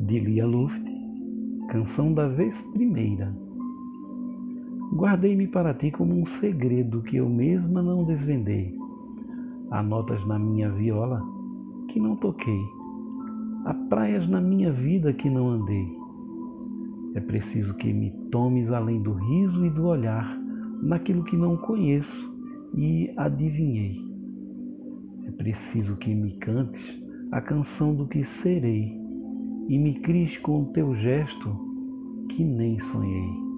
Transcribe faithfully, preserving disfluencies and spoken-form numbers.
de Lia Luft, canção da vez primeira. Guardei-me para ti como um segredo que eu mesma não desvendei. Há notas na minha viola que não toquei, há praias na minha vida que não andei. É preciso que me tomes além do riso e do olhar, naquilo que não conheço e adivinhei. É preciso que me cantes a canção do que serei e me cries com o teu gesto que nem sonhei.